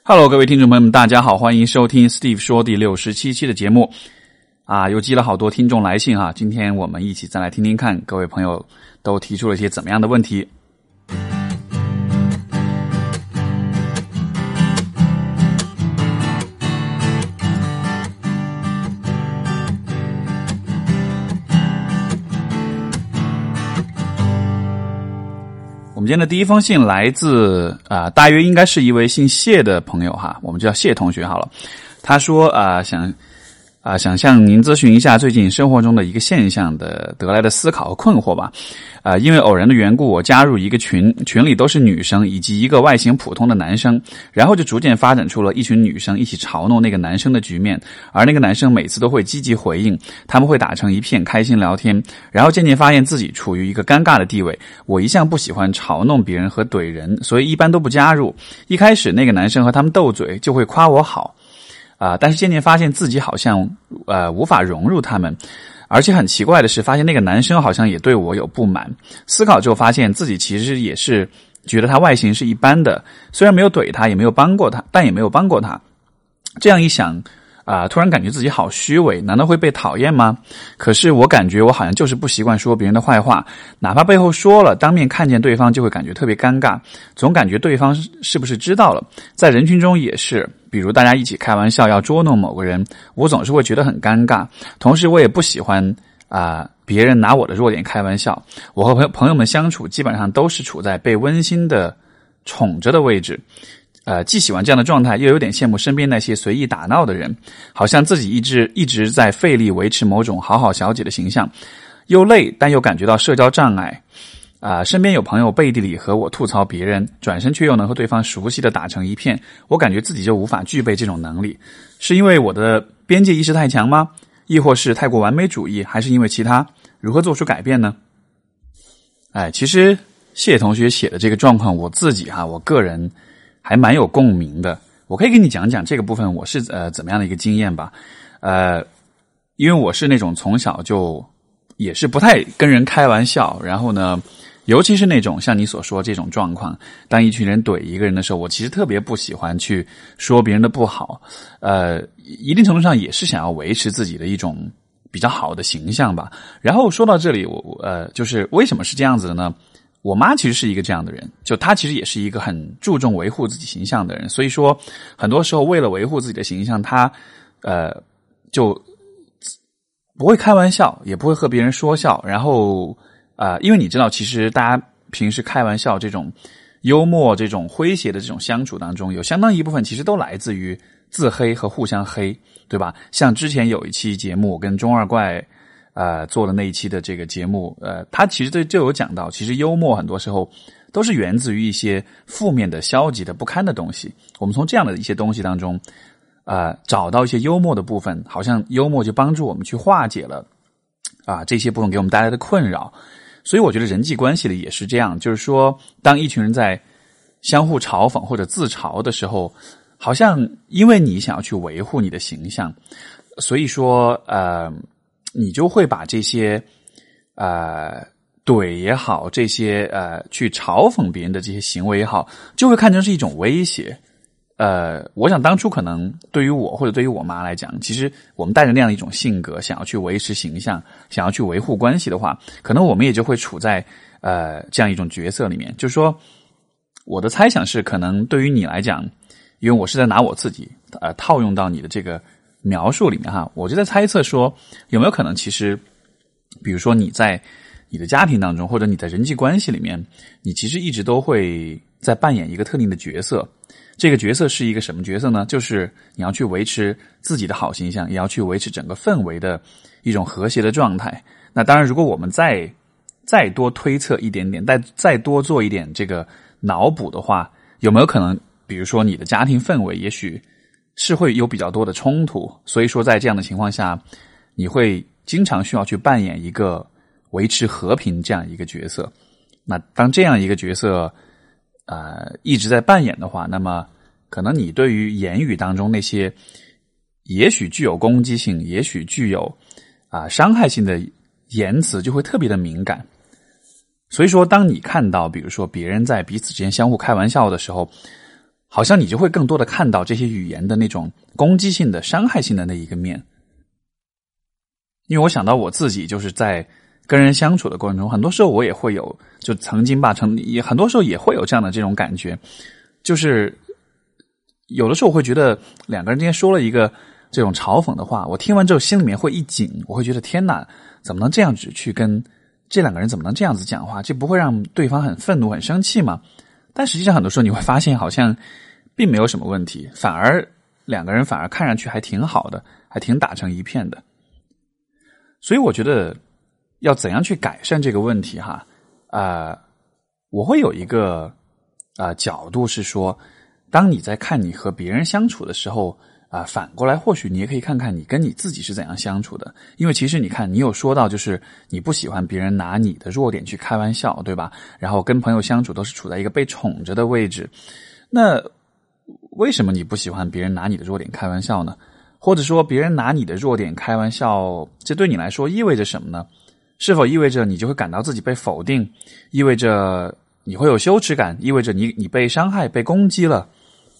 Hello， 各位听众朋友们，大家好，欢迎收听 Steve 说第67期的节目。又积了好多听众来信哈，今天我们一起再来听听看，各位朋友都提出了一些怎么样的问题。我们今天的第一封信来自大约应该是一位姓谢的朋友哈，我们就叫谢同学好了。他说想向您咨询一下最近生活中的一个现象的得来的思考和困惑吧。因为偶然的缘故，我加入一个群里都是女生以及一个外形普通的男生，然后就逐渐发展出了一群女生一起嘲弄那个男生的局面，而那个男生每次都会积极回应，他们会打成一片开心聊天，然后渐渐发现自己处于一个尴尬的地位。我一向不喜欢嘲弄别人和怼人，所以一般都不加入。一开始那个男生和他们斗嘴就会夸我好，但是渐渐发现自己好像无法融入他们，而且很奇怪的是，发现那个男生好像也对我有不满。思考之后发现自己其实也是觉得他外形是一般的，虽然没有怼他，也没有帮过他，但也没有帮过他。这样一想突然感觉自己好虚伪，难道会被讨厌吗？可是我感觉我好像就是不习惯说别人的坏话，哪怕背后说了，当面看见对方就会感觉特别尴尬，总感觉对方是不是知道了。在人群中也是，比如大家一起开玩笑要捉弄某个人，我总是会觉得很尴尬，同时我也不喜欢别人拿我的弱点开玩笑。我和朋友们相处基本上都是处在被温馨的宠着的位置，既喜欢这样的状态，又有点羡慕身边那些随意打闹的人，好像自己一直在费力维持某种好好小姐的形象，又累但又感觉到社交障碍。身边有朋友背地里和我吐槽别人，转身却又能和对方熟悉的打成一片，我感觉自己就无法具备这种能力。是因为我的边界意识太强吗？亦或是太过完美主义，还是因为其他？如何做出改变呢？其实谢同学写的这个状况，我自己我个人还蛮有共鸣的。我可以给你讲讲这个部分我是怎么样的一个经验吧。因为我是那种从小就也是不太跟人开玩笑，然后呢尤其是那种像你所说这种状况，当一群人怼一个人的时候，我其实特别不喜欢去说别人的不好。一定程度上也是想要维持自己的一种比较好的形象吧。然后说到这里，就是为什么是这样子的呢？我妈其实是一个这样的人，就她其实也是一个很注重维护自己形象的人，所以说很多时候为了维护自己的形象，她就不会开玩笑，也不会和别人说笑。然后因为你知道，其实大家平时开玩笑这种幽默这种诙谐的这种相处当中，有相当一部分其实都来自于自黑和互相黑，对吧？像之前有一期节目，我跟中二怪做的那一期的这个节目，他其实就有讲到，其实幽默很多时候都是源自于一些负面的、消极的、不堪的东西。我们从这样的一些东西当中找到一些幽默的部分，好像幽默就帮助我们去化解了这些部分给我们带来的困扰。所以我觉得人际关系里也是这样，就是说当一群人在相互嘲讽或者自嘲的时候，好像因为你想要去维护你的形象，所以说你就会把这些怼也好，这些去嘲讽别人的这些行为也好，就会看成是一种威胁。我想当初可能对于我或者对于我妈来讲，其实我们带着那样的一种性格，想要去维持形象，想要去维护关系的话，可能我们也就会处在这样一种角色里面。就是说我的猜想是，可能对于你来讲，因为我是在拿我自己套用到你的这个描述里面我就在猜测说，有没有可能其实比如说你在你的家庭当中，或者你在人际关系里面，你其实一直都会在扮演一个特定的角色。这个角色是一个什么角色呢？就是你要去维持自己的好形象，也要去维持整个氛围的一种和谐的状态。那当然如果我们再多推测一点点，再多做一点这个脑补的话，有没有可能比如说你的家庭氛围也许是会有比较多的冲突，所以说在这样的情况下，你会经常需要去扮演一个维持和平这样一个角色。那当这样一个角色一直在扮演的话，那么可能你对于言语当中那些也许具有攻击性，也许具有伤害性的言辞就会特别的敏感。所以说当你看到比如说别人在彼此之间相互开玩笑的时候， 好像你就会更多的看到这些语言的那种攻击性的、伤害性的那一个面。因为我想到我自己就是在跟人相处的过程中，很多时候我也会有，就曾经吧，也很多时候也会有这样的这种感觉，就是有的时候我会觉得两个人之间说了一个这种嘲讽的话，我听完之后心里面会一紧，我会觉得天哪，怎么能这样子去跟这两个人怎么能这样子讲话？这不会让对方很愤怒、很生气吗？但实际上很多时候你会发现好像并没有什么问题，反而两个人反而看上去还挺好的，还挺打成一片的。所以我觉得要怎样去改善这个问题哈，我会有一个角度是说，当你在看你和别人相处的时候反过来或许你也可以看看你跟你自己是怎样相处的。因为其实你看你有说到就是你不喜欢别人拿你的弱点去开玩笑，对吧？然后跟朋友相处都是处在一个被宠着的位置，那为什么你不喜欢别人拿你的弱点开玩笑呢？或者说别人拿你的弱点开玩笑，这对你来说意味着什么呢？是否意味着你就会感到自己被否定，意味着你会有羞耻感，意味着你被伤害、被攻击了？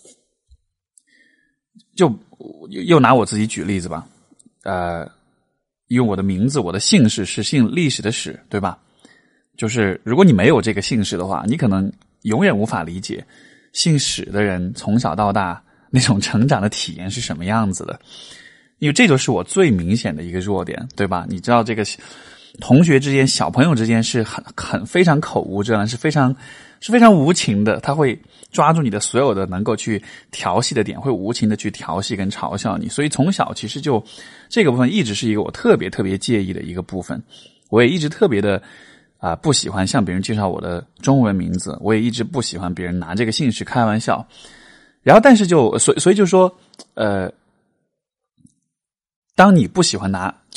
就又拿我自己举例子吧，因为我的名字，我的姓氏是姓历史的史，对吧？就是如果你没有这个姓氏的话，你可能永远无法理解姓史的人从小到大那种成长的体验是什么样子的。因为这就是我最明显的一个弱点，对吧？你知道这个同学之间、小朋友之间是很非常口无遮拦，是非常无情的，他会抓住你的所有的能够去调戏的点，会无情的去调戏跟嘲笑你。所以从小其实就这个部分一直是一个我特别特别介意的一个部分。我也一直特别的不喜欢向别人介绍我的中文名字，我也一直不喜欢别人拿这个姓氏开玩笑。然后但是所以就说当你不喜欢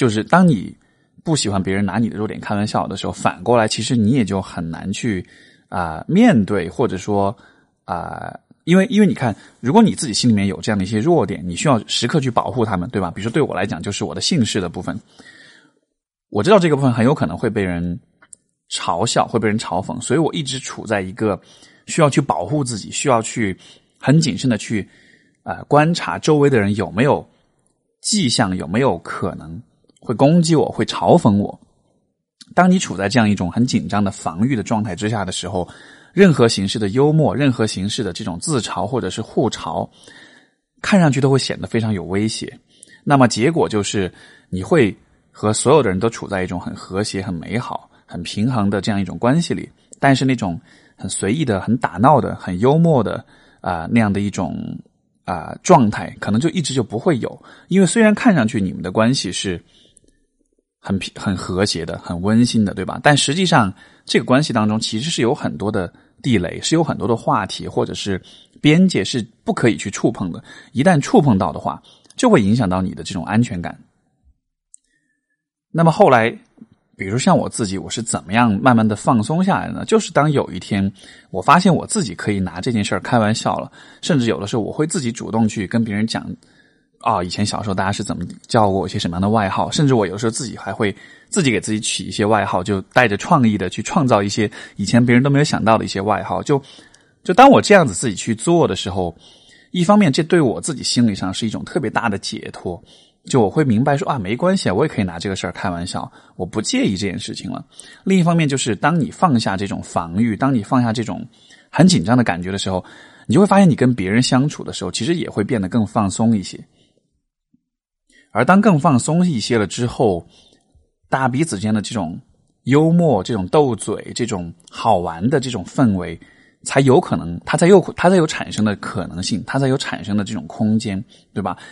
别人拿你的弱点开玩笑的时候，反过来其实你也就很难去面对，或者说因为你看，如果你自己心里面有这样的一些弱点，你需要时刻去保护他们，对吧？比如说对我来讲就是我的姓氏的部分，我知道这个部分很有可能会被人嘲笑，会被人嘲讽，所以我一直处在一个需要去保护自己，需要去很谨慎的去观察周围的人有没有迹象，有没有可能会攻击我，会嘲讽我。当你处在这样一种很紧张的防御的状态之下的时候，任何形式的幽默，任何形式的这种自嘲或者是互嘲，看上去都会显得非常有威胁。那么结果就是你会和所有的人都处在一种很和谐、很美好、很平衡的这样一种关系里，但是那种很随意的、很打闹的、很幽默的那样的一种状态，可能就一直就不会有。因为虽然看上去你们的关系是很和谐的，很温馨的，对吧？但实际上这个关系当中其实是有很多的地雷，是有很多的话题或者是边界是不可以去触碰的，一旦触碰到的话就会影响到你的这种安全感。那么后来比如像我自己，我是怎么样慢慢的放松下来呢？就是当有一天我发现我自己可以拿这件事儿开玩笑了，甚至有的时候我会自己主动去跟别人讲以前小时候大家是怎么叫过我一些什么样的外号，甚至我有时候自己还会自己给自己取一些外号，就带着创意的去创造一些以前别人都没有想到的一些外号。就当我这样子自己去做的时候，一方面这对我自己心理上是一种特别大的解脱，就我会明白说没关系我也可以拿这个事儿开玩笑，我不介意这件事情了。另一方面就是当你放下这种防御，当你放下这种很紧张的感觉的时候，你就会发现你跟别人相处的时候其实也会变得更放松一些。而当更放松一些了之后，大家彼此间的这种幽默、这种斗嘴、这种好玩的这种氛围才有可能，它才有产生的可能性，它才有产生的这种空间，对吧？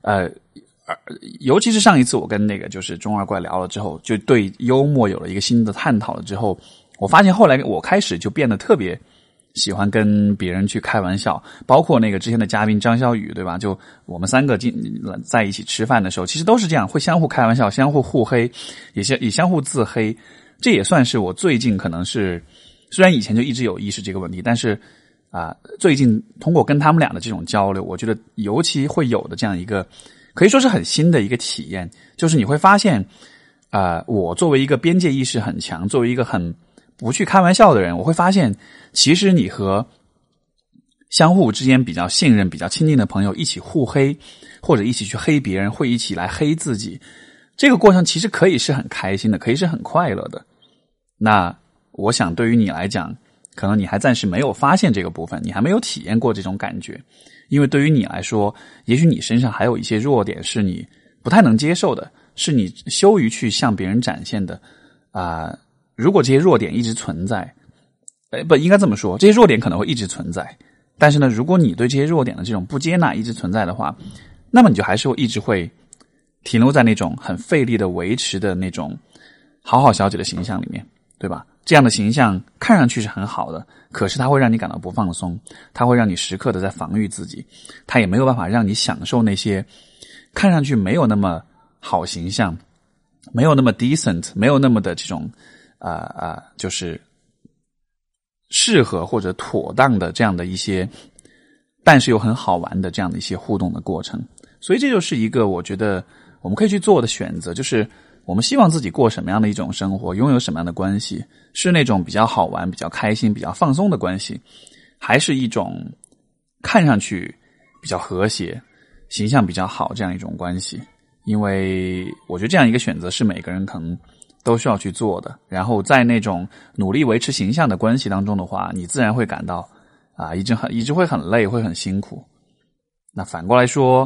尤其是上一次我跟那个就是中二怪聊了之后，就对幽默有了一个新的探讨了之后，我发现后来我开始就变得特别喜欢跟别人去开玩笑，包括那个之前的嘉宾张小雨，对吧？就我们三个在一起吃饭的时候，其实都是这样，会相互开玩笑，相互互黑，也相互自黑。这也算是我最近可能是，虽然以前就一直有意识这个问题，但是最近通过跟他们俩的这种交流，我觉得尤其会有的这样一个可以说是很新的一个体验，就是你会发现我作为一个边界意识很强，作为一个很不去开玩笑的人，我会发现其实你和相互之间比较信任、比较亲近的朋友一起互黑，或者一起去黑别人，会一起来黑自己，这个过程其实可以是很开心的，可以是很快乐的。那我想对于你来讲，可能你还暂时没有发现这个部分，你还没有体验过这种感觉，因为对于你来说，也许你身上还有一些弱点是你不太能接受的，是你羞于去向别人展现的如果这些弱点一直存在，不应该这么说，这些弱点可能会一直存在，但是呢，如果你对这些弱点的这种不接纳一直存在的话，那么你就还是一直会停留在那种很费力的维持的那种好好小姐的形象里面，对吧？这样的形象看上去是很好的，可是它会让你感到不放松，它会让你时刻的在防御自己，它也没有办法让你享受那些看上去没有那么好形象，没有那么 decent， 没有那么的这种就是适合或者妥当的这样的一些，但是又很好玩的这样的一些互动的过程。所以这就是一个我觉得我们可以去做的选择，就是我们希望自己过什么样的一种生活，拥有什么样的关系，是那种比较好玩、比较开心、比较放松的关系，还是一种看上去比较和谐、形象比较好这样一种关系。因为我觉得这样一个选择是每个人可能都需要去做的。然后在那种努力维持形象的关系当中的话，你自然会感到一直会很累，会很辛苦。那反过来说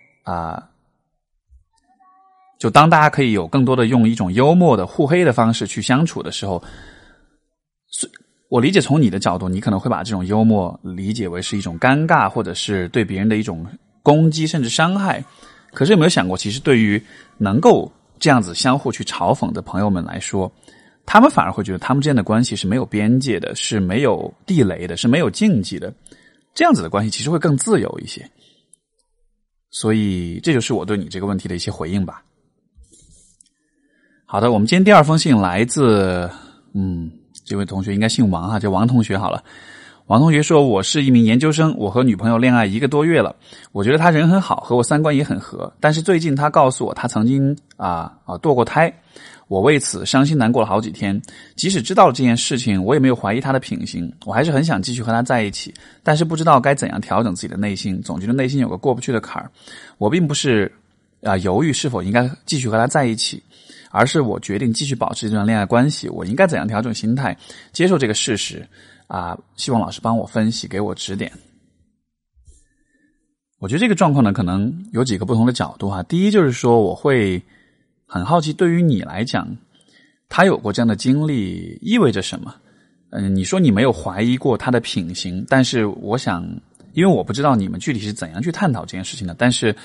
就当大家可以有更多的用一种幽默的互黑的方式去相处的时候，我理解从你的角度，你可能会把这种幽默理解为是一种尴尬，或者是对别人的一种攻击甚至伤害。可是有没有想过，其实对于能够这样子相互去嘲讽的朋友们来说，他们反而会觉得他们之间的关系是没有边界的，是没有地雷的，是没有禁忌的，这样子的关系其实会更自由一些。所以这就是我对你这个问题的一些回应吧。好的，我们今天第二封信来自这位同学应该姓王叫王同学好了。王同学说，我是一名研究生，我和女朋友恋爱1个多月了，我觉得她人很好，和我三观也很合，但是最近她告诉我她曾经堕过胎，我为此伤心难过了好几天。即使知道了这件事情，我也没有怀疑她的品行，我还是很想继续和她在一起，但是不知道该怎样调整自己的内心，总觉得内心有个过不去的坎儿。我并不是犹豫是否应该继续和她在一起，而是我决定继续保持这段恋爱关系，我应该怎样调整心态，接受这个事实希望老师帮我分析，给我指点。我觉得这个状况呢，可能有几个不同的角度第一就是说，我会很好奇，对于你来讲，他有过这样的经历意味着什么？你说你没有怀疑过他的品行，但是我想，因为我不知道你们具体是怎样去探讨这件事情的，但是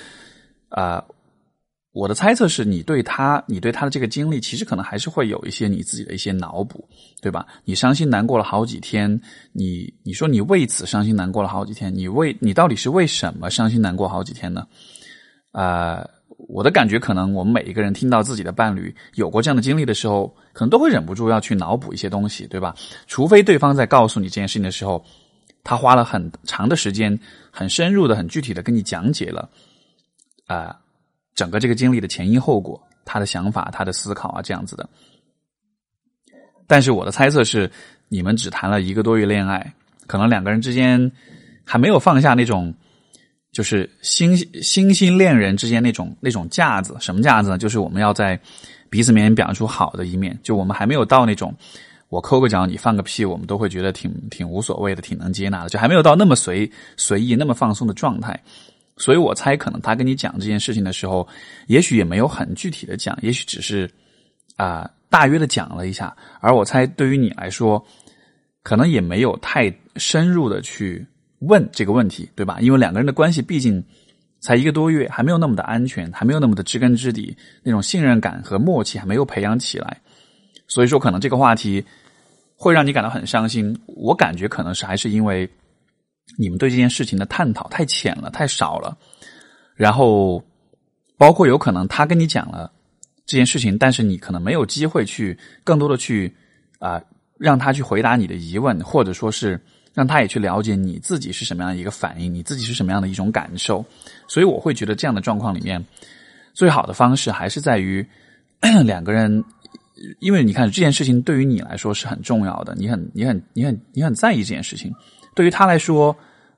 我的猜测是你对他的这个经历，其实可能还是会有一些你自己的一些脑补，对吧？你伤心难过了好几天，你说你为此伤心难过了好几天，你到底是为什么伤心难过好几天呢？我的感觉可能我们每一个人听到自己的伴侣有过这样的经历的时候，可能都会忍不住要去脑补一些东西，对吧？除非对方在告诉你这件事情的时候，他花了很长的时间，很深入的、很具体的跟你讲解了整个这个经历的前因后果，他的想法，他的思考这样子的。但是我的猜测是，你们只谈了1个多月恋爱，可能两个人之间还没有放下那种就是新兴恋人之间那种架子。什么架子呢？就是我们要在彼此面前表现出好的一面，就我们还没有到那种我抠个脚你放个屁我们都会觉得挺无所谓的，挺能接纳的，就还没有到那么随意那么放松的状态。所以我猜可能他跟你讲这件事情的时候，也许也没有很具体的讲，也许只是大约的讲了一下。而我猜对于你来说，可能也没有太深入的去问这个问题，对吧？因为两个人的关系毕竟才1个多月，还没有那么的安全，还没有那么的知根知底，那种信任感和默契还没有培养起来。所以说可能这个话题会让你感到很伤心。我感觉可能是还是因为你们对这件事情的探讨太浅了，太少了，然后包括有可能他跟你讲了这件事情，但是你可能没有机会去更多的去让他去回答你的疑问，或者说是让他也去了解你自己是什么样的一个反应，你自己是什么样的一种感受。所以我会觉得这样的状况里面，最好的方式还是在于两个人，因为你看这件事情对于你来说是很重要的，你很在意这件事情。对于他来说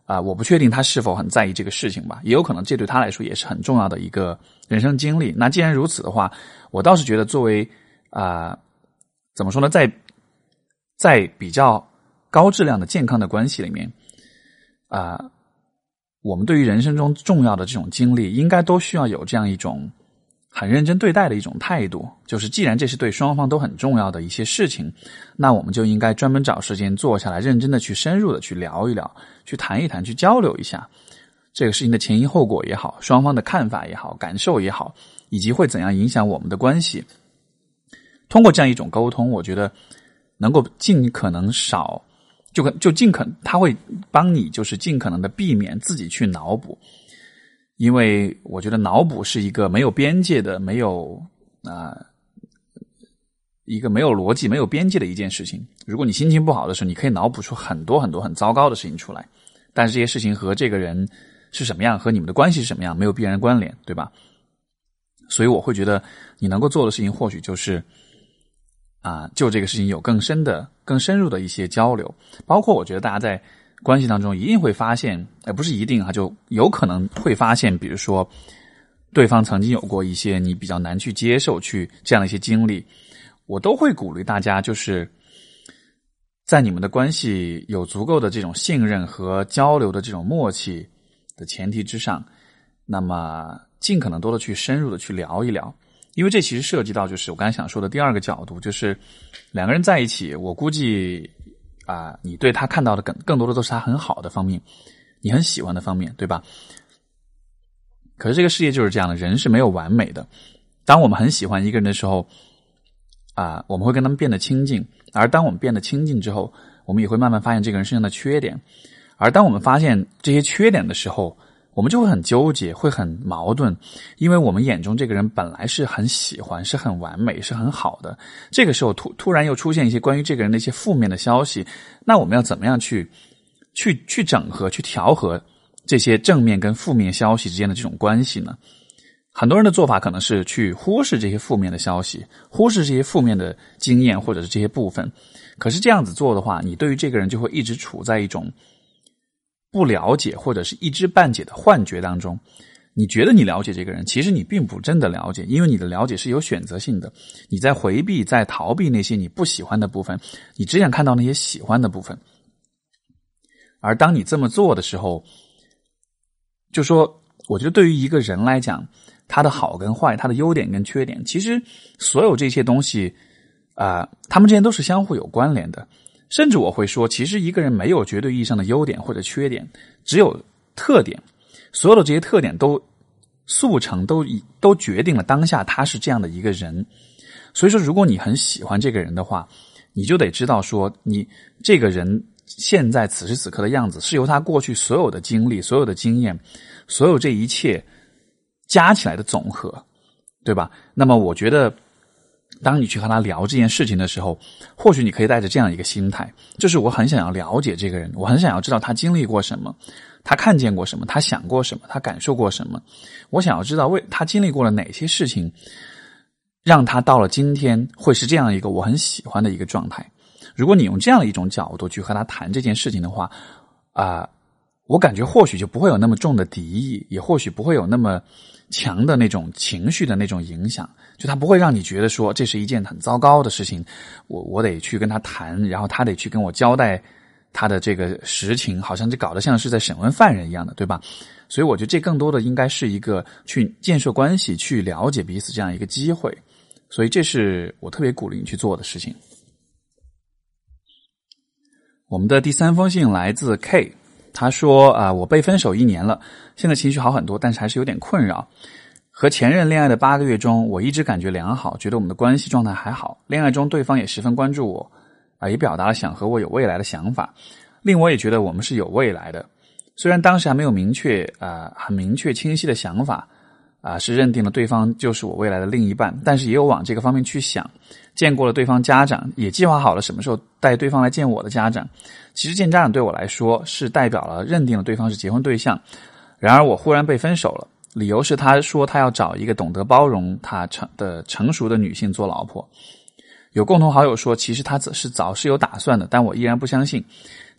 我不确定他是否很在意这个事情吧，也有可能这对他来说也是很重要的一个人生经历。那既然如此的话，我倒是觉得作为怎么说呢，在比较高质量的健康的关系里面我们对于人生中重要的这种经历应该都需要有这样一种很认真对待的一种态度，就是既然这是对双方都很重要的一些事情，那我们就应该专门找时间坐下来认真的去深入的去聊一聊，去谈一谈，去交流一下这个事情的前因后果也好，双方的看法也好，感受也好，以及会怎样影响我们的关系。通过这样一种沟通，我觉得能够尽可能少就尽可能他会帮你就是尽可能的避免自己去脑补，因为我觉得脑补是一个没有边界的没有一个没有逻辑没有边界的一件事情。如果你心情不好的时候，你可以脑补出很多很多很糟糕的事情出来，但是这些事情和这个人是什么样，和你们的关系是什么样没有必然的关联，对吧？所以我会觉得你能够做的事情或许就是就这个事情有更深入的一些交流。包括我觉得大家在关系当中一定会发现，不是一定就有可能会发现，比如说对方曾经有过一些你比较难去接受去这样的一些经历，我都会鼓励大家就是在你们的关系有足够的这种信任和交流的这种默契的前提之上，那么尽可能多的去深入的去聊一聊。因为这其实涉及到就是我刚才想说的第二个角度，就是两个人在一起，我估计你对他看到的更多的都是他很好的方面，你很喜欢的方面，对吧？可是这个世界就是这样的，人是没有完美的。当我们很喜欢一个人的时候我们会跟他们变得亲近，而当我们变得亲近之后，我们也会慢慢发现这个人身上的缺点，而当我们发现这些缺点的时候，我们就会很纠结，会很矛盾，因为我们眼中这个人本来是很喜欢，是很完美，是很好的，这个时候突然又出现一些关于这个人的一些负面的消息，那我们要怎么样去整合，去调和这些正面跟负面消息之间的这种关系呢？很多人的做法可能是去忽视这些负面的消息，忽视这些负面的经验或者是这些部分，可是这样子做的话，你对于这个人就会一直处在一种不了解或者是一知半解的幻觉当中。你觉得你了解这个人，其实你并不真的了解，因为你的了解是有选择性的，你在回避，在逃避那些你不喜欢的部分，你只想看到那些喜欢的部分。而当你这么做的时候，就说我觉得对于一个人来讲，他的好跟坏，他的优点跟缺点，其实所有这些东西他们之间都是相互有关联的。甚至我会说，其实一个人没有绝对意义上的优点或者缺点，只有特点。所有的这些特点都速成，都决定了当下他是这样的一个人。所以说如果你很喜欢这个人的话，你就得知道说，你这个人现在此时此刻的样子是由他过去所有的经历，所有的经验，所有这一切加起来的总和，对吧？那么我觉得当你去和他聊这件事情的时候，或许你可以带着这样一个心态，就是我很想要了解这个人，我很想要知道他经历过什么，他看见过什么，他想过什么，他感受过什么，我想要知道他经历过了哪些事情，让他到了今天会是这样一个我很喜欢的一个状态。如果你用这样的一种角度去和他谈这件事情的话我感觉或许就不会有那么重的敌意，也或许不会有那么强的那种情绪的那种影响，就他不会让你觉得说这是一件很糟糕的事情，我得去跟他谈，然后他得去跟我交代他的这个实情，好像这搞得像是在审问犯人一样的，对吧？所以我觉得这更多的应该是一个去建设关系，去了解彼此这样一个机会，所以这是我特别鼓励你去做的事情。我们的第三封信来自 K， 他说我被分手1年了，现在情绪好很多，但是还是有点困扰。和前任恋爱的8个月中，我一直感觉良好，觉得我们的关系状态还好，恋爱中对方也十分关注我也表达了想和我有未来的想法，令我也觉得我们是有未来的。虽然当时还没有很明确清晰的想法是认定了对方就是我未来的另一半，但是也有往这个方面去想，见过了对方家长，也计划好了什么时候带对方来见我的家长。其实见家长对我来说是代表了认定了对方是结婚对象，然而我忽然被分手了，理由是他说他要找一个懂得包容他的成熟的女性做老婆。有共同好友说其实他早是有打算的，但我依然不相信。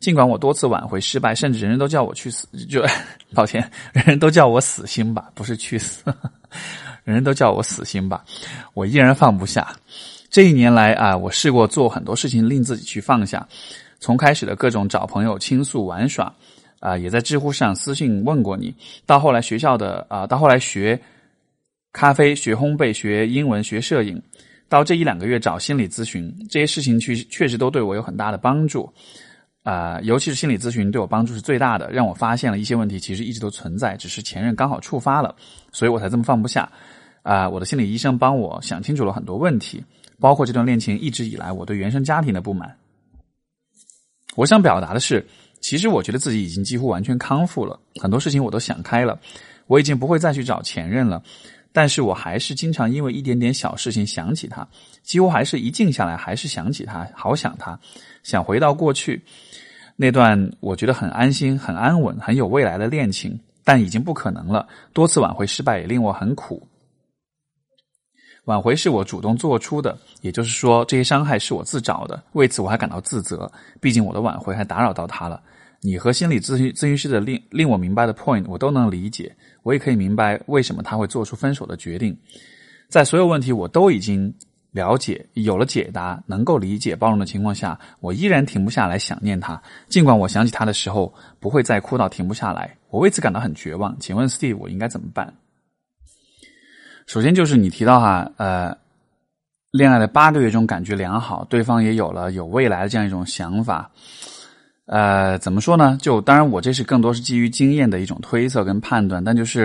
尽管我多次挽回失败，甚至人人都叫我去死，抱歉，人人都叫我死心吧，不是去死，人人都叫我死心吧，我依然放不下。这一年来我试过做很多事情令自己去放下，从开始的各种找朋友倾诉玩耍，也在知乎上私信问过你，到后来到后来学咖啡、学烘焙、学英文、学摄影，到这1-2个月找心理咨询，这些事情确实都对我有很大的帮助。尤其是心理咨询对我帮助是最大的，让我发现了一些问题其实一直都存在，只是前任刚好触发了，所以我才这么放不下。我的心理医生帮我想清楚了很多问题，包括这段恋情一直以来我对原生家庭的不满。我想表达的是，其实我觉得自己已经几乎完全康复了，很多事情我都想开了，我已经不会再去找前任了，但是我还是经常因为一点点小事情想起他，几乎还是一静下来还是想起他，好想他，想回到过去那段我觉得很安心、很安稳、很有未来的恋情，但已经不可能了，多次挽回失败也令我很苦。挽回是我主动做出的，也就是说这些伤害是我自找的，为此我还感到自责，毕竟我的挽回还打扰到他了。你和心理咨询师的令我明白的 point 我都能理解，我也可以明白为什么他会做出分手的决定。在所有问题我都已经了解，有了解答，能够理解包容的情况下，我依然停不下来想念他，尽管我想起他的时候不会再哭到停不下来，我为此感到很绝望。请问 Steve 我应该怎么办？首先就是你提到恋爱的8个月中感觉良好，对方也有了有未来的这样一种想法。怎么说呢？就当然我这是更多是基于经验的一种推测跟判断，但就是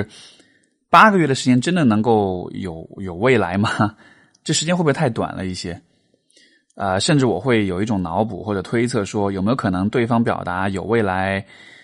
8个月的时间真的能够有未来吗？这时间会不会太短了一些？甚至我会有一种脑补或者推测说，有没有可能对方表达有未来，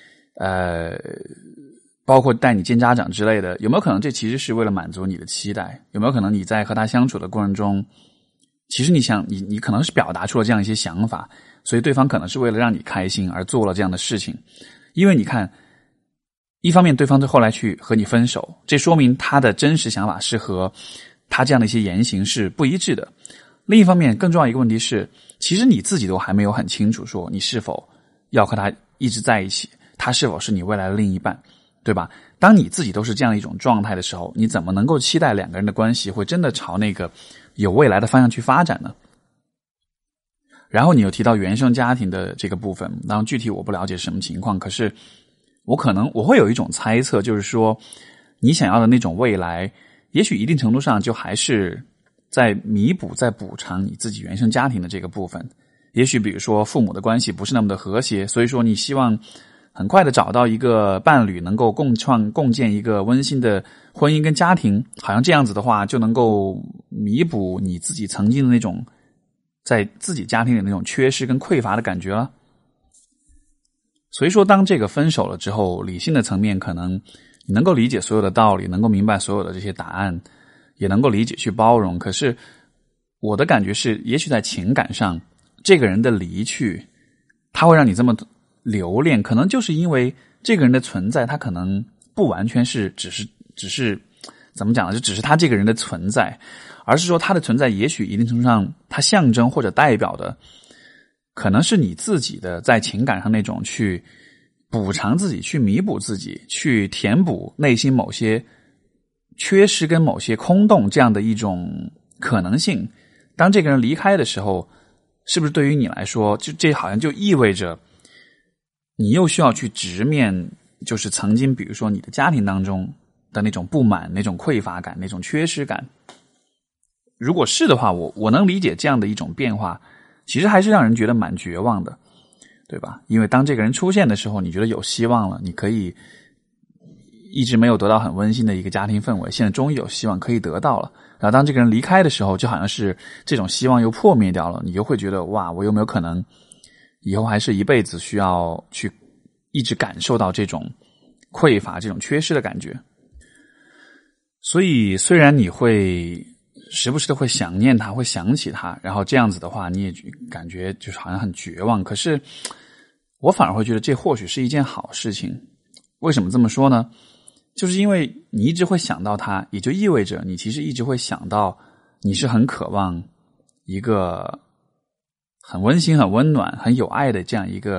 包括带你见家长之类的，有没有可能这其实是为了满足你的期待？有没有可能你在和他相处的过程中，其实你可能是表达出了这样一些想法，所以对方可能是为了让你开心而做了这样的事情。因为你看，一方面对方后来去和你分手，这说明他的真实想法是和他这样的一些言行是不一致的。另一方面，更重要一个问题是，其实你自己都还没有很清楚说你是否要和他一直在一起，他是否是你未来的另一半，对吧？当你自己都是这样一种状态的时候，你怎么能够期待两个人的关系会真的朝那个有未来的方向去发展呢？然后你又提到原生家庭的这个部分，当然具体我不了解什么情况，可是我会有一种猜测，就是说你想要的那种未来，也许一定程度上就还是在弥补、在补偿你自己原生家庭的这个部分。也许比如说父母的关系不是那么的和谐，所以说你希望很快的找到一个伴侣，能够共建一个温馨的婚姻跟家庭，好像这样子的话就能够弥补你自己曾经的那种在自己家庭里那种缺失跟匮乏的感觉了。所以说当这个分手了之后，理性的层面可能你能够理解所有的道理，能够明白所有的这些答案，也能够理解去包容，可是我的感觉是，也许在情感上这个人的离去他会让你这么留恋，可能就是因为这个人的存在，他可能不完全是只是怎么讲呢，就只是他这个人的存在，而是说他的存在也许一定程度上他象征或者代表的可能是你自己的在情感上那种去补偿自己，去弥补自己，去填补内心某些缺失跟某些空洞这样的一种可能性。当这个人离开的时候，是不是对于你来说，就这好像就意味着你又需要去直面就是曾经比如说你的家庭当中的那种不满，那种匮乏感，那种缺失感。如果是的话，我能理解这样的一种变化，其实还是让人觉得蛮绝望的，对吧？因为当这个人出现的时候，你觉得有希望了，你可以一直没有得到很温馨的一个家庭氛围，现在终于有希望可以得到了。然后当这个人离开的时候，就好像是这种希望又破灭掉了，你又会觉得哇，我有没有可能以后还是一辈子需要去一直感受到这种匮乏、这种缺失的感觉。所以虽然你会时不时的会想念他，会想起他，然后这样子的话你也感觉就是好像很绝望，可是我反而会觉得这或许是一件好事情。为什么这么说呢？就是因为你一直会想到他，也就意味着你其实一直会想到你是很渴望一个很温馨、很温暖、很有爱的这样一个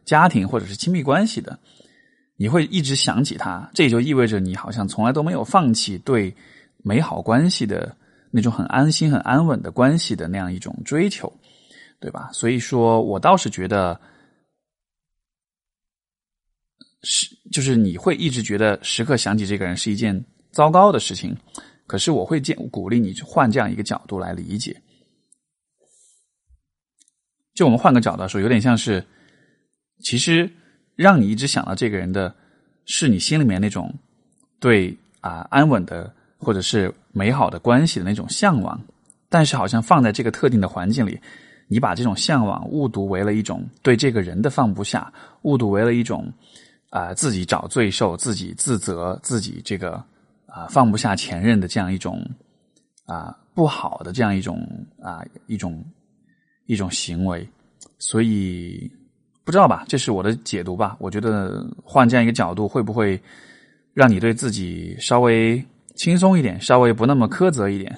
家庭或者是亲密关系的，你会一直想起他，这也就意味着你好像从来都没有放弃对美好关系的那种很安心很安稳的关系的那样一种追求，对吧？所以说我倒是觉得就是你会一直觉得时刻想起这个人是一件糟糕的事情，可是我会鼓励你去换这样一个角度来理解。就我们换个角度来说，有点像是其实让你一直想到这个人的是你心里面那种对安稳的或者是美好的关系的那种向往，但是好像放在这个特定的环境里，你把这种向往误读为了一种对这个人的放不下，误读为了一种自己找罪受，自己自责，自己这个放不下前任的这样一种不好的这样一种行为。所以不知道吧，这是我的解读吧。我觉得换这样一个角度会不会让你对自己稍微轻松一点，稍微不那么苛责一点。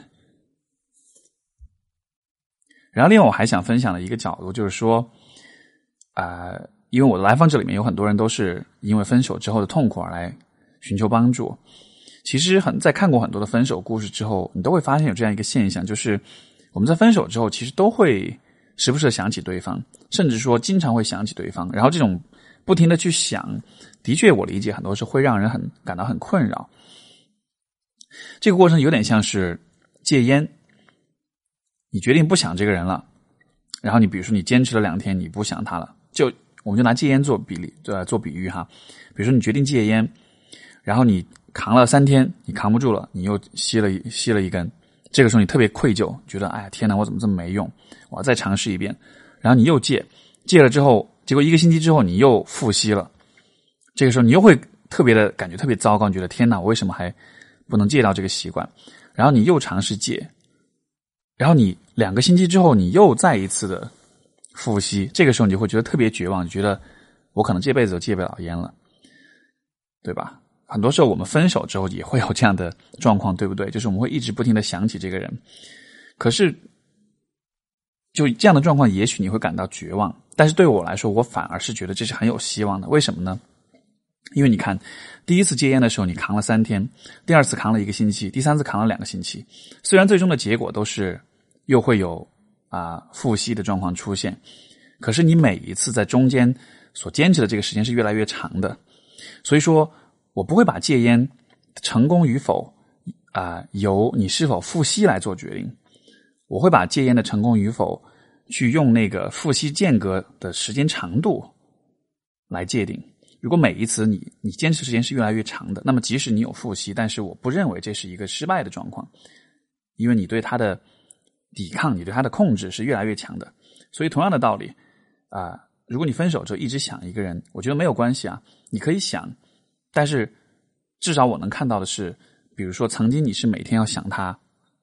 然后另外我还想分享的一个角度就是说因为我的来访者里面有很多人都是因为分手之后的痛苦而来寻求帮助。其实在看过很多的分手故事之后，你都会发现有这样一个现象，就是我们在分手之后其实都会时不时的想起对方，甚至说经常会想起对方，然后这种不停的去想，的确我理解很多时候会让人感到很困扰。这个过程有点像是戒烟，你决定不想这个人了，然后你比如说你坚持了2天你不想他了，我们就拿戒烟做比喻哈。比如说你决定戒烟，然后你扛了3天你扛不住了，你又吸了一根，这个时候你特别愧疚，觉得哎呀天哪，我怎么这么没用，我要再尝试一遍。然后你又戒了之后，结果1个星期之后你又复吸了，这个时候你又会感觉特别糟糕，你觉得天哪，我为什么还不能戒掉这个习惯。然后你又尝试戒，然后你2个星期之后你又再一次的复吸，这个时候你就会觉得特别绝望，觉得我可能这辈子都戒不了烟了，对吧？很多时候我们分手之后也会有这样的状况，对不对？就是我们会一直不停的想起这个人，可是就这样的状况也许你会感到绝望，但是对我来说我反而是觉得这是很有希望的。为什么呢？因为你看第一次戒烟的时候你扛了3天，第2次扛了1个星期，第3次扛了2个星期，虽然最终的结果都是又会有复吸的状况出现，可是你每一次在中间所坚持的这个时间是越来越长的。所以说我不会把戒烟成功与否由你是否复吸来做决定，我会把戒烟的成功与否去用那个复吸间隔的时间长度来界定。如果每一次你坚持时间是越来越长的，那么即使你有复吸，但是我不认为这是一个失败的状况，因为你对它的抵抗，你对它的控制是越来越强的。所以同样的道理如果你分手之后一直想一个人，我觉得没有关系你可以想，但是至少我能看到的是，比如说曾经你是每天要想他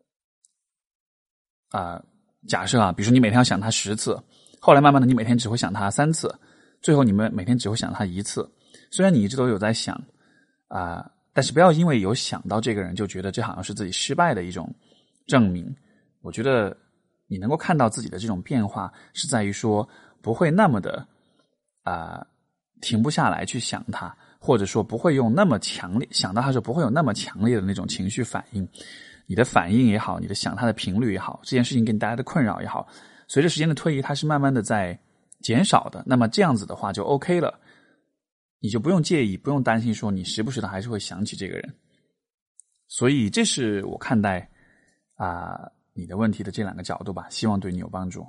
假设比如说你每天要想他10次，后来慢慢的你每天只会想他3次，最后你们每天只会想他1次。虽然你一直都有在想但是不要因为有想到这个人就觉得这好像是自己失败的一种证明。我觉得你能够看到自己的这种变化是在于说不会那么的停不下来去想他，或者说不会用那么强烈，想到他时候不会有那么强烈的那种情绪反应。你的反应也好，你的想他的频率也好，这件事情给你带来的困扰也好，随着时间的推移它是慢慢的在减少的。那么这样子的话就 OK 了，你就不用介意，不用担心说你时不时的还是会想起这个人。所以这是我看待你的问题的这2个角度吧，希望对你有帮助。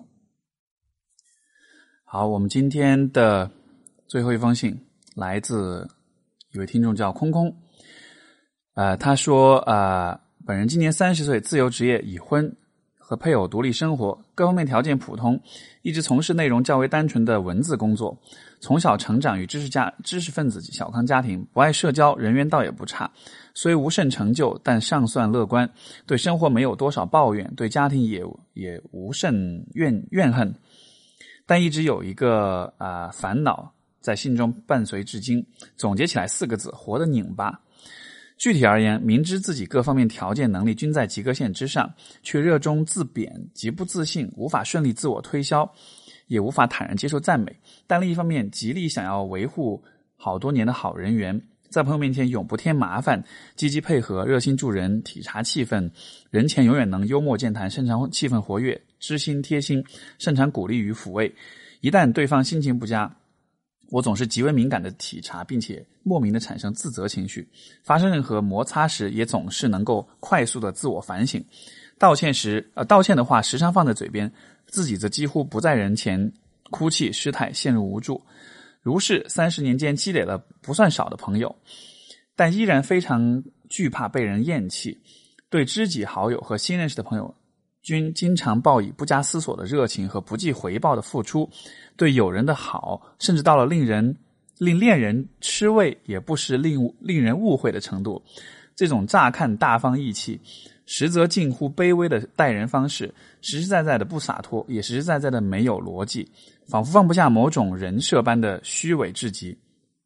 好，我们今天的最后一封信来自一位听众叫空空。他说本人今年30岁，自由职业，已婚，和配偶独立生活，各方面条件普通，一直从事内容较为单纯的文字工作。从小成长于知识分子小康家庭，不爱社交，人缘倒也不差，虽无甚成就，但尚算乐观，对生活没有多少抱怨，对家庭也无甚怨恨，但一直有一个烦恼在心中伴随至今，总结起来4个字：活得拧巴。具体而言，明知自己各方面条件能力均在及格线之上，却热衷自贬，极不自信，无法顺利自我推销， 也无法坦然接受赞美，但另一方面极力想要维护好多年的好人缘，在朋友面前永不添麻烦，积极配合，热心助人，体察气氛，人前永远能幽默健谈，擅长气氛活跃，知心贴心，擅长鼓励与抚慰。一旦对方心情不佳，我总是极为敏感的体察，并且莫名的产生自责情绪，发生任何摩擦时也总是能够快速的自我反省。道歉的话时常放在嘴边，自己则几乎不在人前哭泣失态，陷入无助。如是30年间积累了不算少的朋友，但依然非常惧怕被人厌弃，对知己好友和新认识的朋友均经常报以不加思索的热情和不计回报的付出，对友人的好甚至到了令恋人吃味也不失令人误会的程度。这种乍看大方义气，实则近乎卑微的待人方式，实实在在的不洒脱，也实实在在的没有逻辑，仿佛放不下某种人设般的虚伪至极。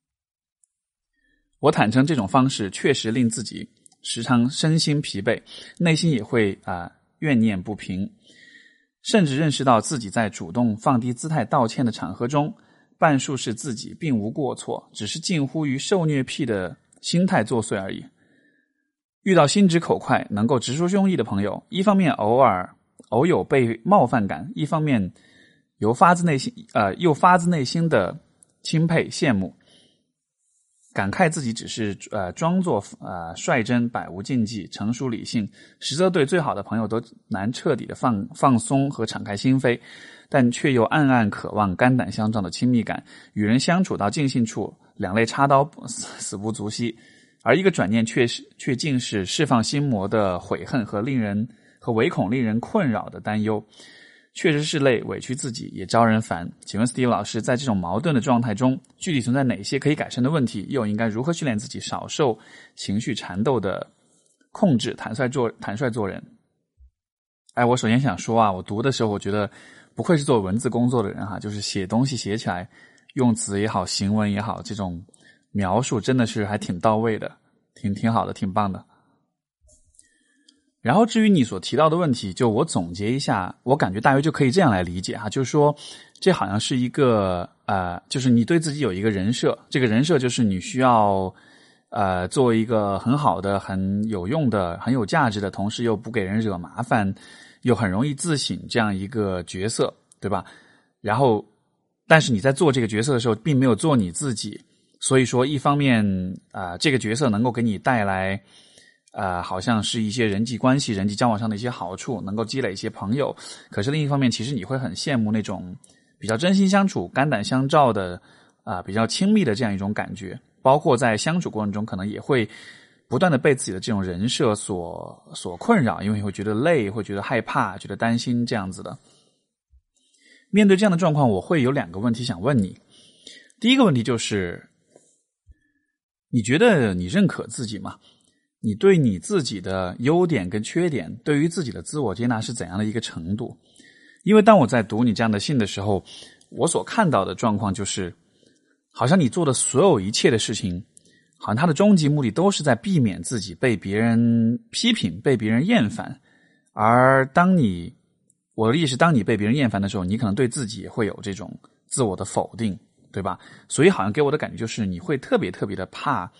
我坦诚这种方式确实令自己时常身心疲惫，内心也会怨念不平，甚至认识到自己在主动放低姿态道歉的场合中，半数是自己并无过错，只是近乎于受虐癖的心态作祟而已。遇到心直口快能够直抒胸臆的朋友，一方面偶有被冒犯感，一方面又发自内心的钦佩羡慕，感慨自己只是装作率真百无禁忌成熟理性，实则对最好的朋友都难彻底的放松和敞开心扉，但却又暗暗渴望肝胆相照的亲密感，与人相处到尽兴处，两肋插刀死不足惜，而一个转念却竟是释放心魔的悔恨和唯恐令人困扰的担忧，确实是累，委屈自己也招人烦。请问 Steve 老师，在这种矛盾的状态中，具体存在哪些可以改善的问题，又应该如何训练自己少受情绪缠斗的控制，坦率做人？我首先想说我读的时候我觉得不愧是做文字工作的人就是写东西写起来用词也好，行文也好，这种描述真的是还挺到位的，挺好的，挺棒的。然后至于你所提到的问题，就我总结一下，我感觉大约就可以这样来理解就是说这好像是一个就是你对自己有一个人设，这个人设就是你需要做一个很好的很有用的很有价值的，同时又不给人惹麻烦又很容易自省这样一个角色，对吧？然后但是你在做这个角色的时候并没有做你自己，所以说一方面这个角色能够给你带来好像是一些人际关系人际交往上的一些好处，能够积累一些朋友，可是另一方面其实你会很羡慕那种比较真心相处肝胆相照的比较亲密的这样一种感觉，包括在相处过程中可能也会不断的被自己的这种人设所困扰，因为会觉得累，会觉得害怕，觉得担心这样子的。面对这样的状况，我会有2个问题想问你。第一个问题就是你觉得你认可自己吗？你对你自己的优点跟缺点，对于自己的自我接纳是怎样的一个程度？因为当我在读你这样的信的时候，我所看到的状况就是好像你做的所有一切的事情，好像它的终极目的都是在避免自己被别人批评，被别人厌烦。而我的意思是当你被别人厌烦的时候，你可能对自己也会有这种自我的否定，对吧？所以好像给我的感觉就是你会特别特别的怕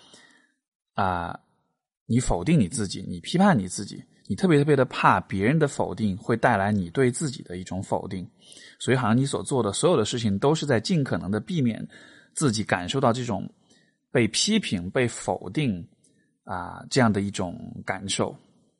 你否定你自己，你批判你自己，你特别特别的怕别人的否定会带来你对自己的一种否定，所以好像你所做的所有的事情都是在尽可能的避免自己感受到这种被批评被否定这样的一种感受。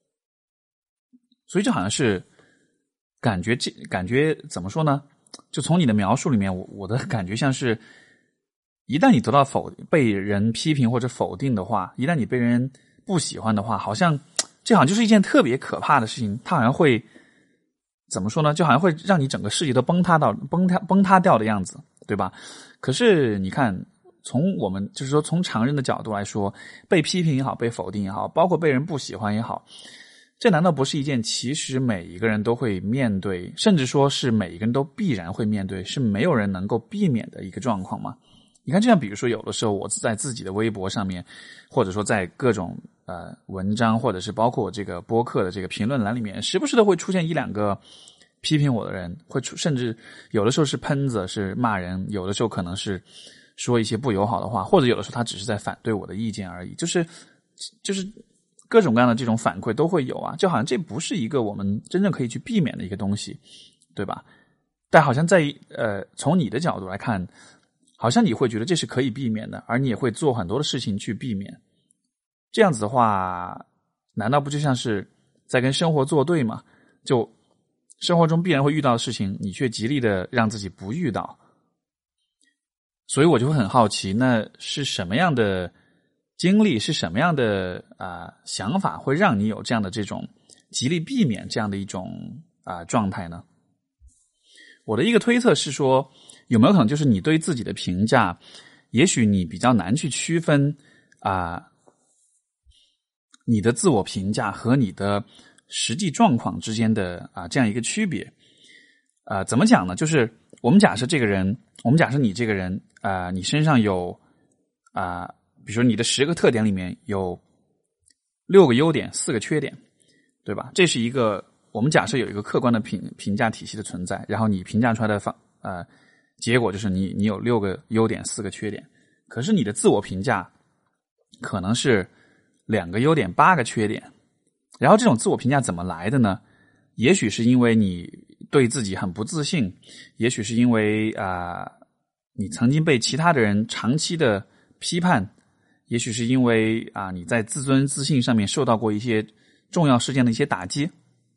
所以就好像是感觉怎么说呢，就从你的描述里面我的感觉像是一旦你得到被人批评或者否定的话，一旦你被人不喜欢的话，这好像就是一件特别可怕的事情，它好像会怎么说呢，就好像会让你整个世界都崩塌掉的样子，对吧？可是你看从我们就是说从常人的角度来说，被批评也好，被否定也好，包括被人不喜欢也好，这难道不是一件其实每一个人都会面对，甚至说是每一个人都必然会面对，是没有人能够避免的一个状况吗？你看，就像比如说有的时候我在自己的微博上面，或者说在各种文章，或者是包括这个播客的这个评论栏里面，时不时的会出现1-2个批评我的人，甚至有的时候是喷子，是骂人，有的时候可能是说一些不友好的话，或者有的时候他只是在反对我的意见而已，就是各种各样的这种反馈都会有啊，就好像这不是一个我们真正可以去避免的一个东西，对吧？但好像在从你的角度来看，好像你会觉得这是可以避免的，而你也会做很多的事情去避免。这样子的话，难道不就像是在跟生活作对吗？就生活中必然会遇到的事情，你却极力的让自己不遇到。所以我就会很好奇，那是什么样的经历，是什么样的想法会让你有这样的这种极力避免这样的一种状态呢？我的一个推测是说，有没有可能就是你对自己的评价，也许你比较难去区分你的自我评价和你的实际状况之间的这样一个区别。怎么讲呢？就是我们假设你这个人你身上有比如说你的10个特点里面有6个优点4个缺点，对吧？这是一个我们假设有一个客观的评价体系的存在，然后你评价出来的结果就是你有6个优点4个缺点。可是你的自我评价可能是2个优点8个缺点。然后这种自我评价怎么来的呢？也许是因为你对自己很不自信，也许是因为你曾经被其他的人长期的批判，也许是因为你在自尊自信上面受到过一些重要事件的一些打击。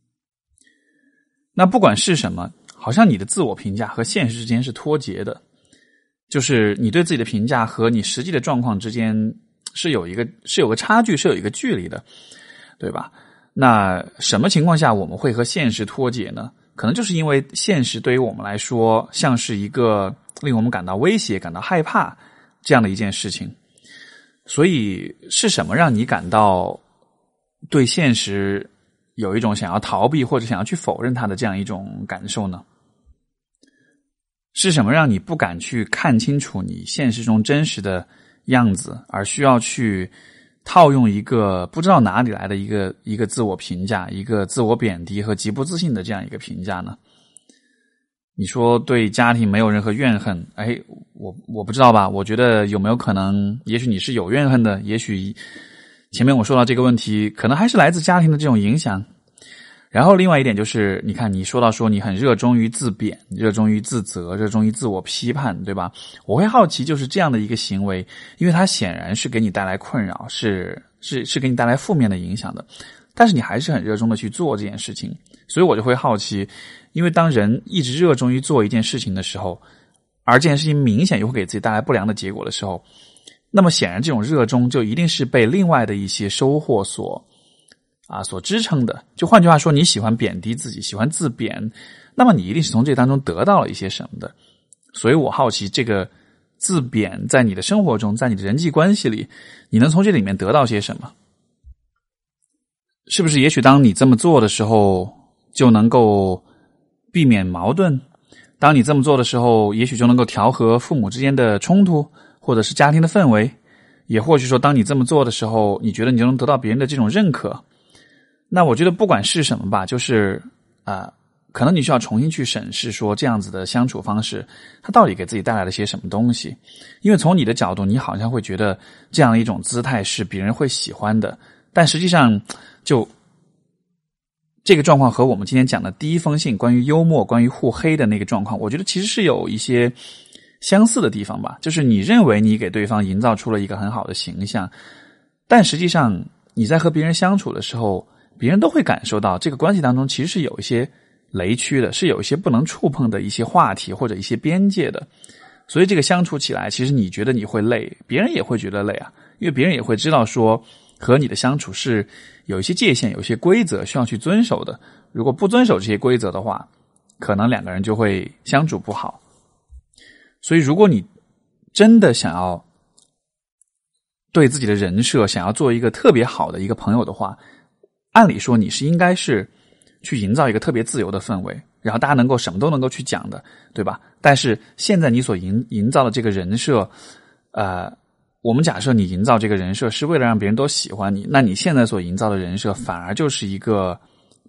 那不管是什么，好像你的自我评价和现实之间是脱节的，就是你对自己的评价和你实际的状况之间是有个差距，是有一个距离的，对吧？那什么情况下我们会和现实脱节呢？可能就是因为现实对于我们来说像是一个令我们感到威胁、感到害怕这样的一件事情。所以是什么让你感到对现实有一种想要逃避或者想要去否认它的这样一种感受呢？是什么让你不敢去看清楚你现实中真实的样子，而需要去套用一个不知道哪里来的一个自我评价，一个自我贬低和极不自信的这样一个评价呢？你说对家庭没有任何怨恨，我不知道吧，我觉得有没有可能，也许你是有怨恨的，也许前面我说到这个问题可能还是来自家庭的这种影响。然后另外一点就是，你看你说你很热衷于自贬，热衷于自责，热衷于自我批判，对吧？我会好奇，就是这样的一个行为，因为它显然是给你带来困扰，是给你带来负面的影响的，但是你还是很热衷的去做这件事情。所以我就会好奇，因为当人一直热衷于做一件事情的时候，而这件事情明显又会给自己带来不良的结果的时候，那么显然这种热衷就一定是被另外的一些收获所支撑的。就换句话说，你喜欢贬低自己，喜欢自贬，那么你一定是从这当中得到了一些什么的。所以我好奇，这个自贬在你的生活中，在你的人际关系里，你能从这里面得到些什么？是不是也许当你这么做的时候就能够避免矛盾？当你这么做的时候，也许就能够调和父母之间的冲突，或者是家庭的氛围。也或许说，当你这么做的时候，你觉得你就能得到别人的这种认可。那我觉得不管是什么吧，就是可能你需要重新去审视说，这样子的相处方式它到底给自己带来了些什么东西。因为从你的角度，你好像会觉得这样的一种姿态是别人会喜欢的，但实际上就这个状况和我们今天讲的第一封信关于幽默、关于互黑的那个状况，我觉得其实是有一些相似的地方吧。就是你认为你给对方营造出了一个很好的形象，但实际上你在和别人相处的时候，别人都会感受到这个关系当中其实是有一些雷区的，是有一些不能触碰的一些话题或者一些边界的。所以这个相处起来，其实你觉得你会累，别人也会觉得累啊，因为别人也会知道说和你的相处是有一些界限，有一些规则需要去遵守的。如果不遵守这些规则的话，可能两个人就会相处不好。所以如果你真的想要对自己的人设想要做一个特别好的一个朋友的话，按理说你是应该是去营造一个特别自由的氛围，然后大家能够什么都能够去讲的，对吧？但是现在你所营造的这个人设，我们假设你营造这个人设是为了让别人都喜欢你，那你现在所营造的人设反而就是一个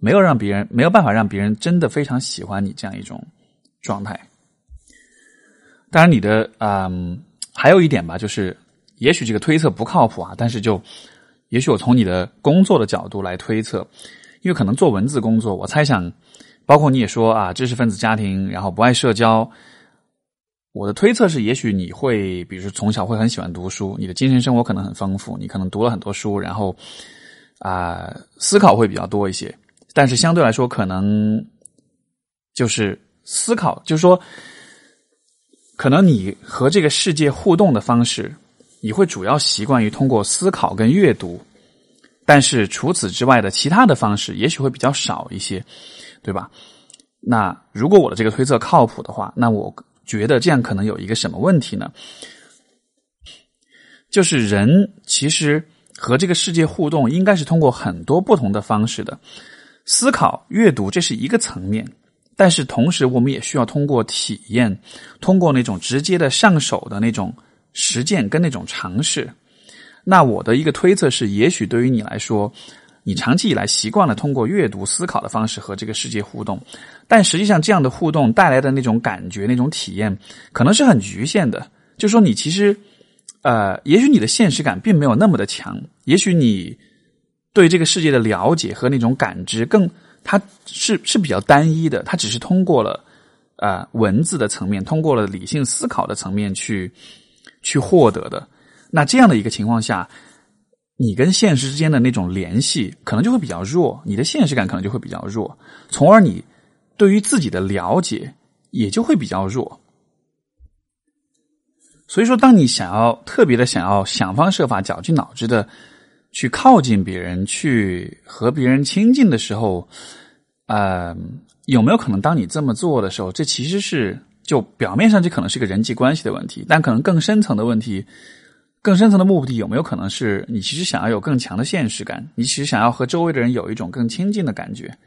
没有办法让别人真的非常喜欢你这样一种状态。当然你的还有一点吧，就是也许这个推测不靠谱啊，但是也许我从你的工作的角度来推测，因为可能做文字工作，我猜想包括你也说啊，知识分子家庭，然后不爱社交，我的推测是也许你会比如说从小会很喜欢读书，你的精神生活可能很丰富，你可能读了很多书，然后思考会比较多一些，但是相对来说可能就是思考，就是说可能你和这个世界互动的方式，你会主要习惯于通过思考跟阅读，但是除此之外的其他的方式也许会比较少一些，对吧？那如果我的这个推测靠谱的话，那我觉得这样可能有一个什么问题呢？就是人其实和这个世界互动应该是通过很多不同的方式的，思考、阅读这是一个层面，但是同时我们也需要通过体验，通过那种直接的上手的那种实践跟那种尝试。那我的一个推测是，也许对于你来说，你长期以来习惯了通过阅读思考的方式和这个世界互动，但实际上这样的互动带来的那种感觉那种体验可能是很局限的，就是说你其实也许你的现实感并没有那么的强，也许你对这个世界的了解和那种感知它是比较单一的，它只是通过了文字的层面，通过了理性思考的层面去获得的。那这样的一个情况下，你跟现实之间的那种联系可能就会比较弱，你的现实感可能就会比较弱，从而你对于自己的了解也就会比较弱。所以说当你特别的想要想方设法绞尽脑汁的去靠近别人，去和别人亲近的时候，有没有可能当你这么做的时候，这其实是就表面上这可能是个人际关系的问题，但可能更深层的问题，更深层的目的有没有可能是你其实想要有更强的现实感，你其实想要和周围的人有一种更亲近的感觉。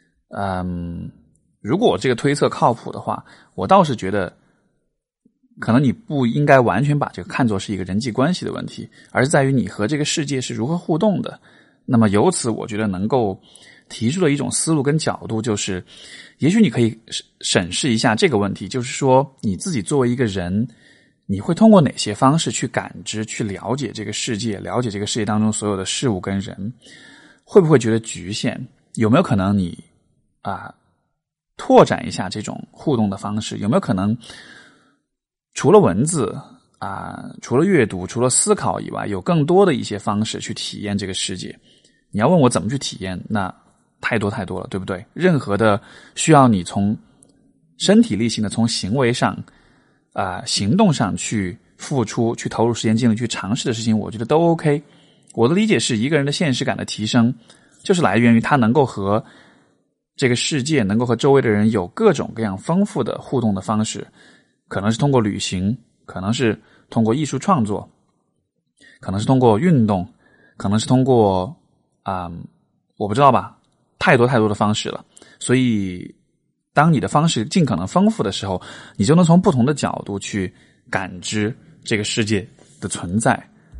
如果这个推测靠谱的话，我倒是觉得可能你不应该完全把这个看作是一个人际关系的问题，而是在于你和这个世界是如何互动的。那么由此我觉得能够提出的一种思路跟角度就是，也许你可以审视一下这个问题，就是说你自己作为一个人，你会通过哪些方式去感知，去了解这个世界，了解这个世界当中所有的事物跟人，会不会觉得局限？有没有可能你拓展一下这种互动的方式？有没有可能除了文字除了阅读，除了思考以外，有更多的一些方式去体验这个世界？你要问我怎么去体验，那太多太多了，对不对？任何的需要你从身体力行的，从行为上行动上去付出，去投入时间精力去尝试的事情，我觉得都 OK。 我的理解是，一个人的现实感的提升就是来源于他能够和这个世界，能够和周围的人有各种各样丰富的互动的方式，可能是通过旅行，可能是通过艺术创作，可能是通过运动，可能是通过我不知道吧，太多太多的方式了。所以当你的方式尽可能丰富的时候，你就能从不同的角度去感知这个世界的存在，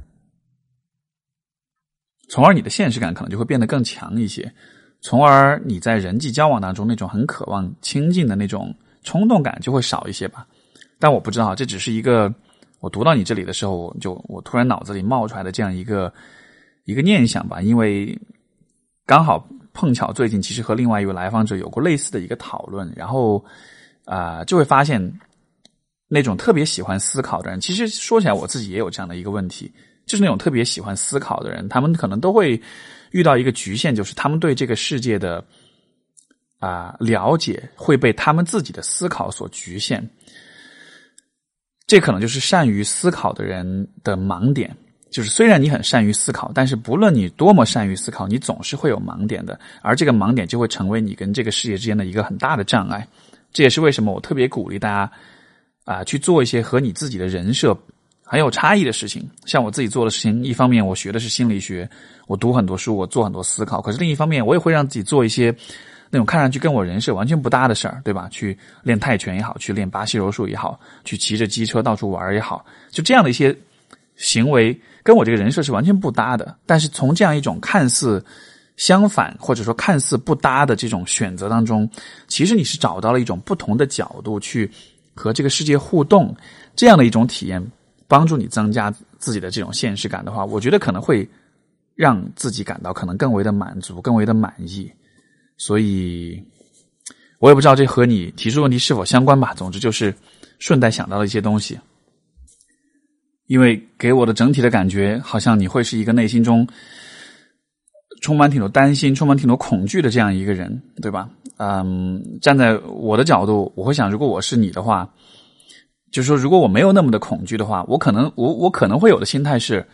从而你的现实感可能就会变得更强一些，从而你在人际交往当中那种很渴望亲近的那种冲动感就会少一些吧。但我不知道，这只是一个我读到你这里的时候，我突然脑子里冒出来的这样一个念想吧，因为刚好碰巧最近其实和另外一位来访者有过类似的一个讨论，然后就会发现那种特别喜欢思考的人，其实说起来我自己也有这样的一个问题，就是那种特别喜欢思考的人，他们可能都会遇到一个局限，就是他们对这个世界的了解会被他们自己的思考所局限。这可能就是善于思考的人的盲点，就是虽然你很善于思考，但是不论你多么善于思考，你总是会有盲点的，而这个盲点就会成为你跟这个世界之间的一个很大的障碍。这也是为什么我特别鼓励大家去做一些和你自己的人设很有差异的事情。像我自己做的事情，一方面我学的是心理学，我读很多书，我做很多思考，可是另一方面我也会让自己做一些那种看上去跟我人设完全不搭的事儿，对吧？去练泰拳也好，去练巴西柔术也好，去骑着机车到处玩也好，就这样的一些行为跟我这个人设是完全不搭的。但是从这样一种看似相反或者说看似不搭的这种选择当中，其实你是找到了一种不同的角度去和这个世界互动，这样的一种体验，帮助你增加自己的这种现实感的话，我觉得可能会让自己感到可能更为的满足，更为的满意。所以我也不知道这和你提出的问题是否相关吧，总之就是顺带想到了一些东西。因为给我的整体的感觉好像你会是一个内心中充满挺多担心，充满挺多恐惧的这样一个人，对吧？站在我的角度，我会想，如果我是你的话，就是说如果我没有那么的恐惧的话，我可能会有的心态是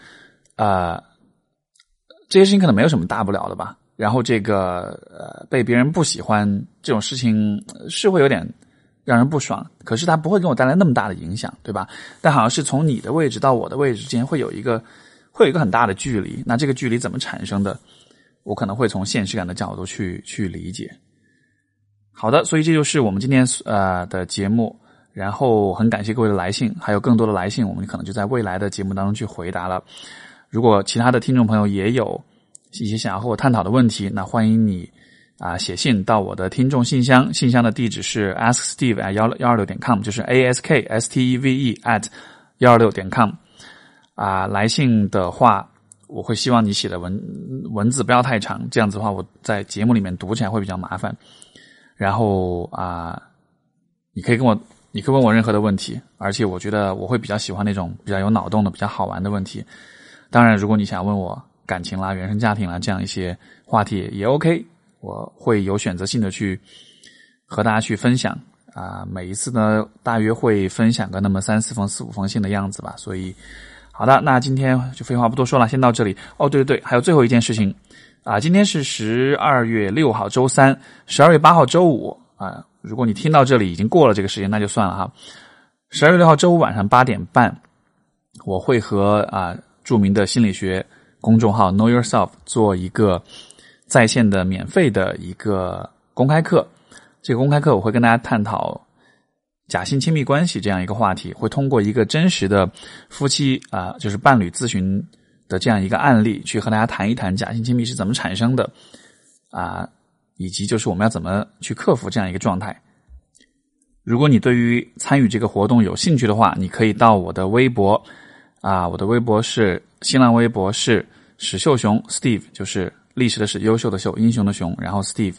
这些事情可能没有什么大不了的吧，然后这个被别人不喜欢这种事情是会有点让人不爽，可是它不会给我带来那么大的影响，对吧？但好像是从你的位置到我的位置之间会有一个很大的距离，那这个距离怎么产生的，我可能会从现实感的角度去理解。好的，所以这就是我们今天的节目，然后很感谢各位的来信，还有更多的来信我们可能就在未来的节目当中去回答了。如果其他的听众朋友也有一些想要和我探讨的问题，那欢迎你写信到我的听众信箱，信箱的地址是 asksteve@126.com， 就是 asksteve@126.com。来信的话，我会希望你写的文字不要太长，这样子的话我在节目里面读起来会比较麻烦。然后你可以问我任何的问题，而且我觉得我会比较喜欢那种比较有脑洞的、比较好玩的问题。当然，如果你想问我感情啦、原生家庭啦这样一些话题也 OK， 我会有选择性的去和大家去分享每一次呢大约会分享个那么3-4封、4-5封信的样子吧。所以好的，那今天就废话不多说了，先到这里。对，还有最后一件事情今天是12月6号周三，12月8号周五如果你听到这里已经过了这个时间那就算了哈。12月6号周五晚上8点半，我会和著名的心理学公众号 Know Yourself 做一个在线的免费的一个公开课。这个公开课我会跟大家探讨假性亲密关系这样一个话题，会通过一个真实的夫妻就是伴侣咨询的这样一个案例去和大家谈一谈假性亲密是怎么产生的以及就是我们要怎么去克服这样一个状态。如果你对于参与这个活动有兴趣的话，你可以到我的微博我的微博是新浪微博是史秀雄 Steve， 就是历史的史，优秀的秀，英雄的雄，然后 Steve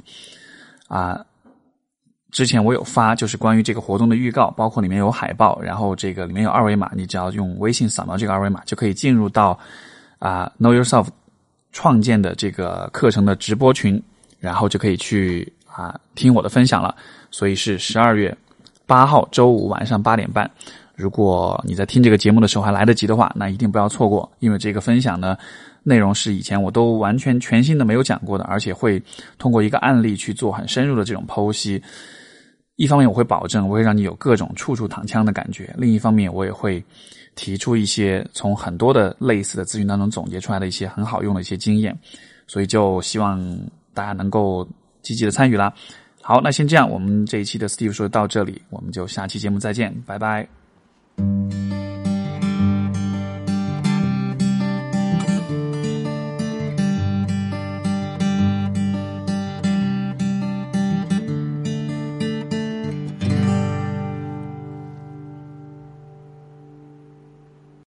之前我有发就是关于这个活动的预告，包括里面有海报，然后这个里面有二维码，你只要用微信扫描这个二维码就可以进入到Know Yourself 创建的这个课程的直播群，然后就可以去听我的分享了。所以是12月8号周五晚上8点半，如果你在听这个节目的时候还来得及的话，那一定不要错过，因为这个分享呢内容是以前我都完全全新的没有讲过的，而且会通过一个案例去做很深入的这种剖析。一方面我会保证我会让你有各种处处躺枪的感觉，另一方面我也会提出一些从很多的类似的咨询当中总结出来的一些很好用的一些经验，所以就希望大家能够积极的参与啦。好，那先这样，我们这一期的 Steve 说到这里，我们就下期节目再见，拜拜。